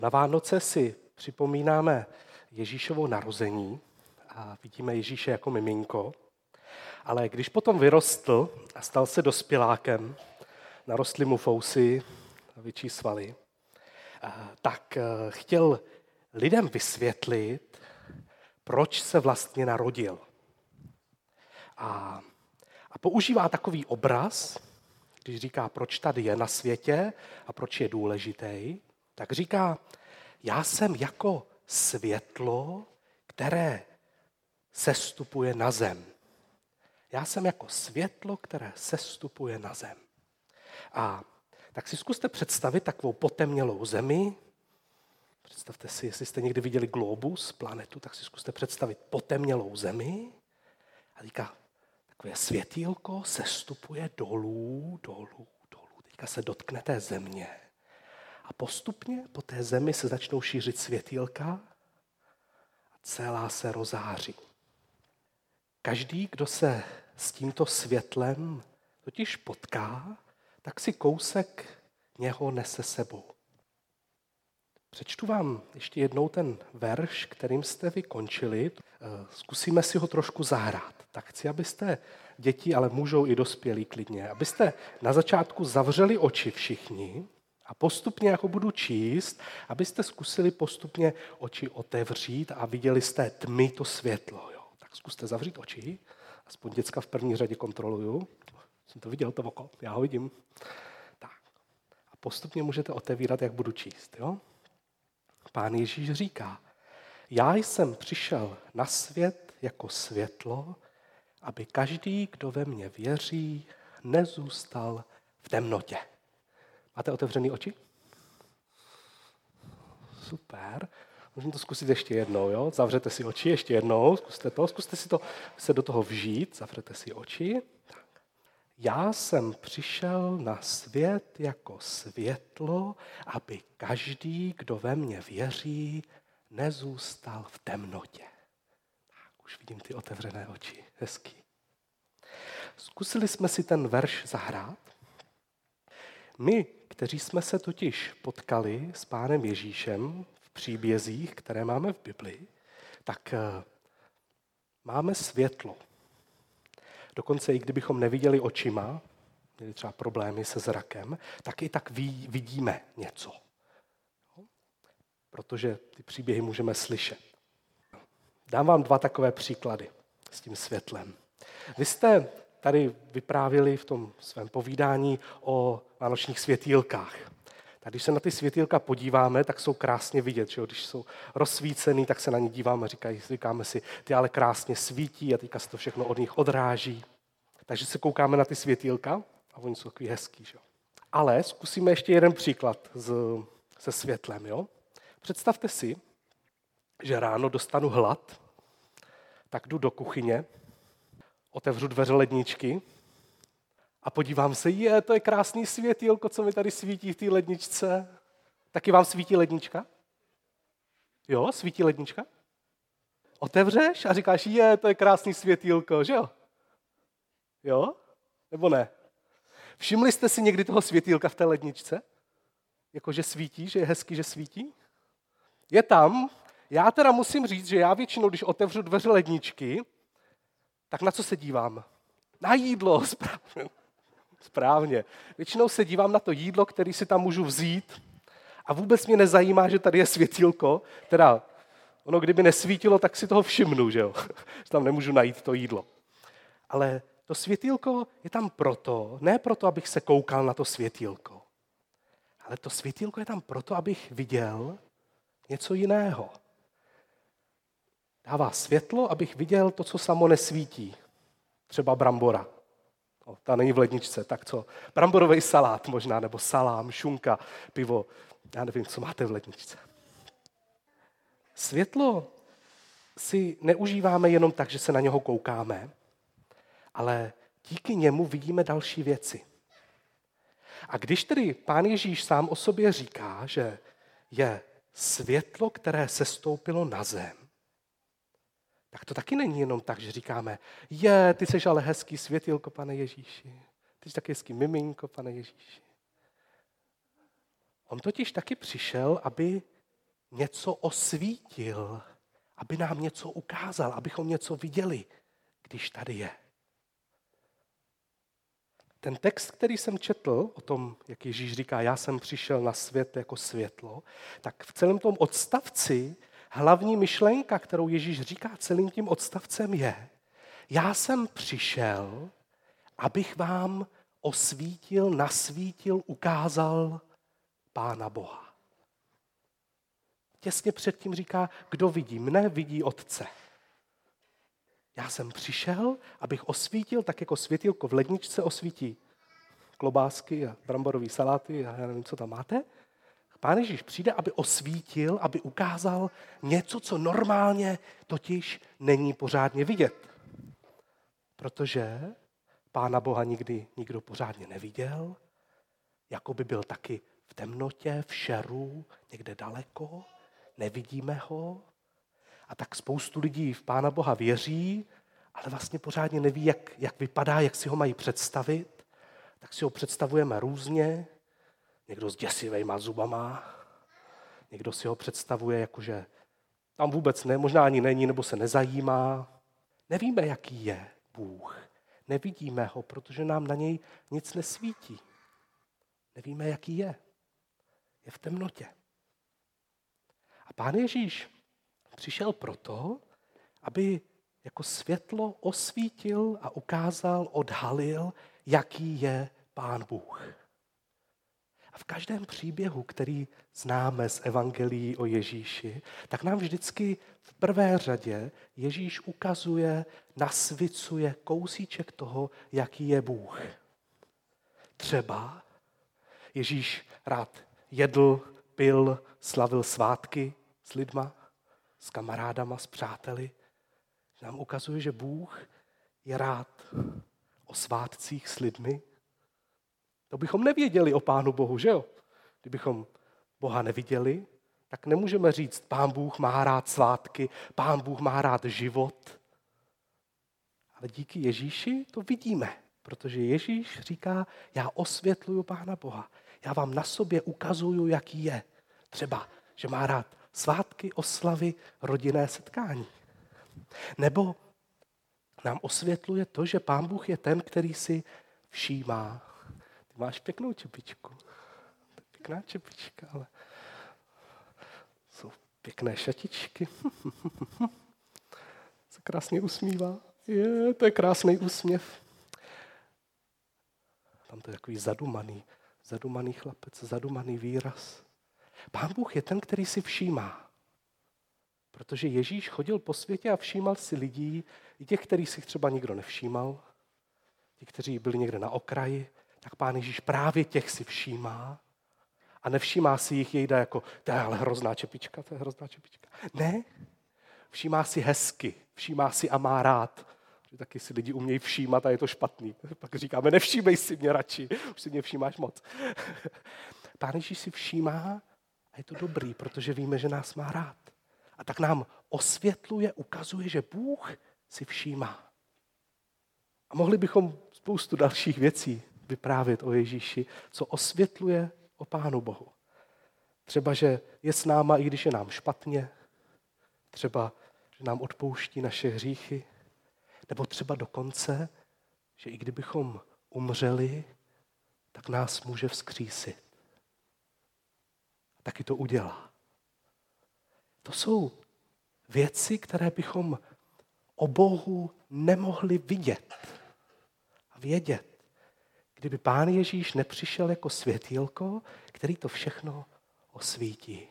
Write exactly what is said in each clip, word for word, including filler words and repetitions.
Na Vánoce si připomínáme Ježíšovo narození a vidíme Ježíše jako miminko, ale když potom vyrostl a stal se dospělákem, narostly mu fousy a větší svaly, tak chtěl lidem vysvětlit, proč se vlastně narodil. A, a používá takový obraz, když říká, proč tady je na světě a proč je důležitý, tak říká, já jsem jako světlo, které sestupuje na zem. Já jsem jako světlo, které sestupuje na zem. A tak si zkuste představit takovou potemnělou zemi. Představte si, jestli jste někdy viděli globus, planetu, tak si zkuste představit potemnělou zemi. A říká, takové světýlko sestupuje dolů, dolů, dolů. Teďka se dotkne té země. A postupně po té zemi se začnou šířit světýlka a celá se rozáří. Každý, kdo se s tímto světlem totiž potká, tak si kousek něho nese sebou. Přečtu vám ještě jednou ten verš, kterým jste vy končili. Zkusíme si ho trošku zahrát. Tak chci, abyste děti, ale můžou i dospělí klidně, abyste na začátku zavřeli oči všichni a postupně, jako budu číst, abyste zkusili postupně oči otevřít a viděli z té tmy to světlo. Jo. Tak zkuste zavřít oči, aspoň děcka v první řadě kontroluju. Jsem to viděl, to oko, já ho vidím. Tak. A postupně můžete otevírat, jak budu číst. Jo. Pán Ježíš říká, já jsem přišel na svět jako světlo, aby každý, kdo ve mně věří, nezůstal v temnotě. Máte otevřený oči? Super. Můžeme to zkusit ještě jednou, jo? Zavřete si oči ještě jednou, zkuste to, zkuste si to se do toho vžít, zavřete si oči. Tak. Já jsem přišel na svět jako světlo, aby každý, kdo ve mně věří, nezůstal v temnotě. Tak, už vidím ty otevřené oči, hezký. Zkusili jsme si ten verš zahrát. My, kteří jsme se totiž potkali s Pánem Ježíšem v příbězích, které máme v Biblii, tak máme světlo. Dokonce i kdybychom neviděli očima, měli třeba problémy se zrakem, tak i tak vidíme něco. Protože ty příběhy můžeme slyšet. Dám vám dva takové příklady s tím světlem. Vy jste tady vyprávěli v tom svém povídání o vánočních světýlkách. Tak když se na ty světýlka podíváme, tak jsou krásně vidět. Že? Když jsou rozsvícený, tak se na ně díváme, říkají, říkáme si, ty ale krásně svítí a teďka se to všechno od nich odráží. Takže se koukáme na ty světýlka a oni jsou takový hezký. Že? Ale zkusíme ještě jeden příklad s, se světlem. Jo? Představte si, že ráno dostanu hlad, tak jdu do kuchyně, otevřu dveře ledničky a podívám se, je, to je krásný světýlko, co mi tady svítí v té ledničce. Taky vám svítí lednička? Jo, svítí lednička? Otevřeš a říkáš, je, to je krásný světýlko, že jo? Jo? Nebo ne? Všimli jste si někdy toho světýlka v té ledničce? Jakože svítí, že je hezký, že svítí? Je tam. Já teda musím říct, že já většinou, když otevřu dveře ledničky, tak na co se dívám? Na jídlo, správně. Správně. Většinou se dívám na to jídlo, který si tam můžu vzít a vůbec mě nezajímá, že tady je světýlko. Teda ono, kdyby nesvítilo, tak si toho všimnu, že jo? Že tam nemůžu najít to jídlo. Ale to světýlko je tam proto, ne proto, abych se koukal na to světýlko, ale to světýlko je tam proto, abych viděl něco jiného. Dává světlo, abych viděl to, co samo nesvítí. Třeba brambora. O, ta není v ledničce, tak co? Bramborový salát možná, nebo salám, šunka, pivo. Já nevím, co máte v ledničce. Světlo si neužíváme jenom tak, že se na něho koukáme, ale díky němu vidíme další věci. A když tedy Pán Ježíš sám o sobě říká, že je světlo, které sestoupilo na zem, tak to taky není jenom tak, že říkáme, je, ty jsi ale hezký světýlko, Pane Ježíši. Ty jsi taky hezký miminko, Pane Ježíši. On totiž taky přišel, aby něco osvítil, aby nám něco ukázal, abychom něco viděli, když tady je. Ten text, který jsem četl o tom, jak Ježíš říká, já jsem přišel na svět jako světlo, tak v celém tom odstavci hlavní myšlenka, kterou Ježíš říká celým tím odstavcem je, já jsem přišel, abych vám osvítil, nasvítil, ukázal Pána Boha. Těsně předtím říká, kdo vidí mne, vidí Otce. Já jsem přišel, abych osvítil, tak jako světýlko v ledničce osvítí klobásky a bramborové saláty a já nevím, co tam máte. Pán Ježíš přijde, aby osvítil, aby ukázal něco, co normálně totiž není pořádně vidět. Protože Pána Boha nikdy nikdo pořádně neviděl, jako by byl taky v temnotě, v šeru, někde daleko, nevidíme ho. A tak spoustu lidí v Pána Boha věří, ale vlastně pořádně neví, jak, jak vypadá, jak si ho mají představit. Tak si ho představujeme různě. Někdo s děsivejma zubama, někdo si ho představuje, jakože tam vůbec ne, možná ani není, nebo se nezajímá. Nevíme, jaký je Bůh. Nevidíme ho, protože nám na něj nic nesvítí. Nevíme, jaký je. Je v temnotě. A Pán Ježíš přišel proto, aby jako světlo osvítil a ukázal, odhalil, jaký je Pán Bůh. A v každém příběhu, který známe z evangelií o Ježíši, tak nám vždycky v prvé řadě Ježíš ukazuje, nasvicuje kousíček toho, jaký je Bůh. Třeba Ježíš rád jedl, pil, slavil svátky s lidma, s kamarádama, s přáteli. Nám ukazuje, že Bůh je rád o svátcích s lidmi. To bychom nevěděli o Pánu Bohu, že jo? Kdybychom Boha neviděli, tak nemůžeme říct, Pán Bůh má rád svátky, Pán Bůh má rád život. Ale díky Ježíši to vidíme, protože Ježíš říká, já osvětluju Pána Boha. Já vám na sobě ukazuju, jaký je. Třeba, že má rád svátky, oslavy, rodinné setkání. Nebo nám osvětluje to, že Pán Bůh je ten, který si všímá. Ty máš pěknou čepičku. Pěkná čepička, ale jsou pěkné šatičky. Se krásně usmívá. Je, to je krásný úsměv. Tam to je takový zadumaný, zadumaný chlapec, zadumaný výraz. Pán Bůh je ten, který si všímá. Protože Ježíš chodil po světě a všímal si lidí, i těch, kterých si třeba nikdo nevšímal, ti, kteří byli někde na okraji, tak Pán Ježíš právě těch si všímá a nevšímá si jich jejda jako, to je ale hrozná čepička, to je hrozná čepička. Ne, všímá si hezky, všímá si a má rád. Že taky si lidi umějí všímat a je to špatný. Pak říkáme, nevšímej si mě radši, už si mě všímáš moc. Pán Ježíš si všímá a je to dobrý, protože víme, že nás má rád. A tak nám osvětluje, ukazuje, že Bůh si všímá. A mohli bychom spoustu dalších věcí vyprávět o Ježíši, co osvětluje o Pánu Bohu. Třeba, že je s náma, i když je nám špatně. Třeba, že nám odpouští naše hříchy. Nebo třeba dokonce, že i kdybychom umřeli, tak nás může vzkřísit. A taky to udělá. To jsou věci, které bychom o Bohu nemohli vidět a vědět, kdyby Pán Ježíš nepřišel jako světýlko, který to všechno osvítí.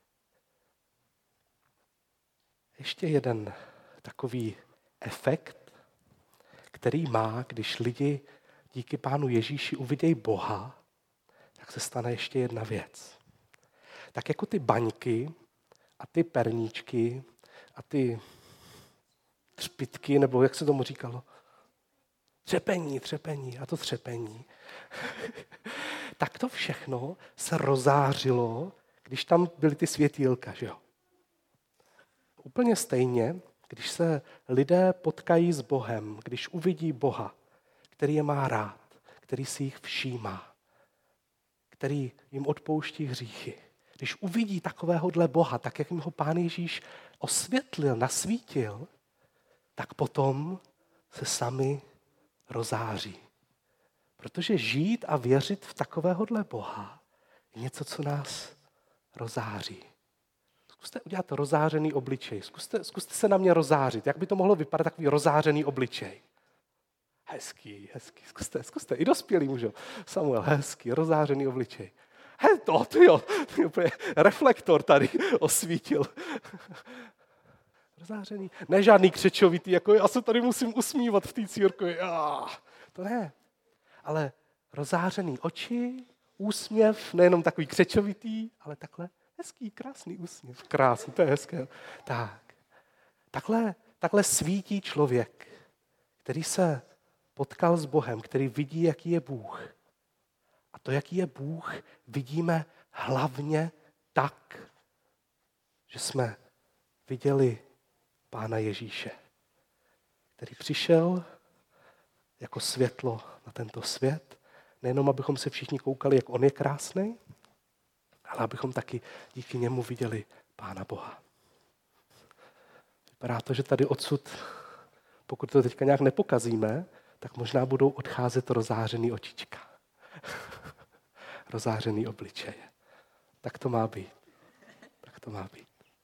Ještě jeden takový efekt, který má, když lidi díky Pánu Ježíši uvidějí Boha, tak se stane ještě jedna věc. Tak jako ty baňky a ty perníčky a ty třpitky, nebo jak se tomu říkalo? Třepení, třepení a to třepení. Tak to všechno se rozářilo, když tam byly ty světýlka, že jo? Úplně stejně, když se lidé potkají s Bohem, když uvidí Boha, který je má rád, který si jich všímá, který jim odpouští hříchy, když uvidí takovéhodle Boha, tak jak jim ho Pán Ježíš osvětlil, nasvítil, tak potom se sami rozáří. Protože žít a věřit v takovéhodle Boha je něco, co nás rozáří. Zkuste udělat rozářený obličej. Zkuste, zkuste se na mě rozářit. Jak by to mohlo vypadat, takový rozářený obličej? Hezký, hezký. Zkuste, zkuste. I dospělí můžou. Samuel, hezký, rozářený obličej. He, to, ty jo, reflektor tady osvítil. Rozářený. Ne žádný křečovitý, jako já se tady musím usmívat v té církvi. Ah, to ne. Ale rozářený oči, úsměv, nejenom takový křečovitý, ale takhle hezký, krásný úsměv. Krásný, to je hezké. Tak. Takhle, takhle svítí člověk, který se potkal s Bohem, který vidí, jaký je Bůh. A to, jaký je Bůh, vidíme hlavně tak, že jsme viděli Pána Ježíše, který přišel jako světlo na tento svět, nejenom abychom se všichni koukali, jak on je krásný, ale abychom taky díky němu viděli Pána Boha. Vypadá to, že tady odsud, pokud to teďka nějak nepokazíme, tak možná budou odcházet rozářený očička. Rozářený obličeje. Tak to má být. Tak to má být.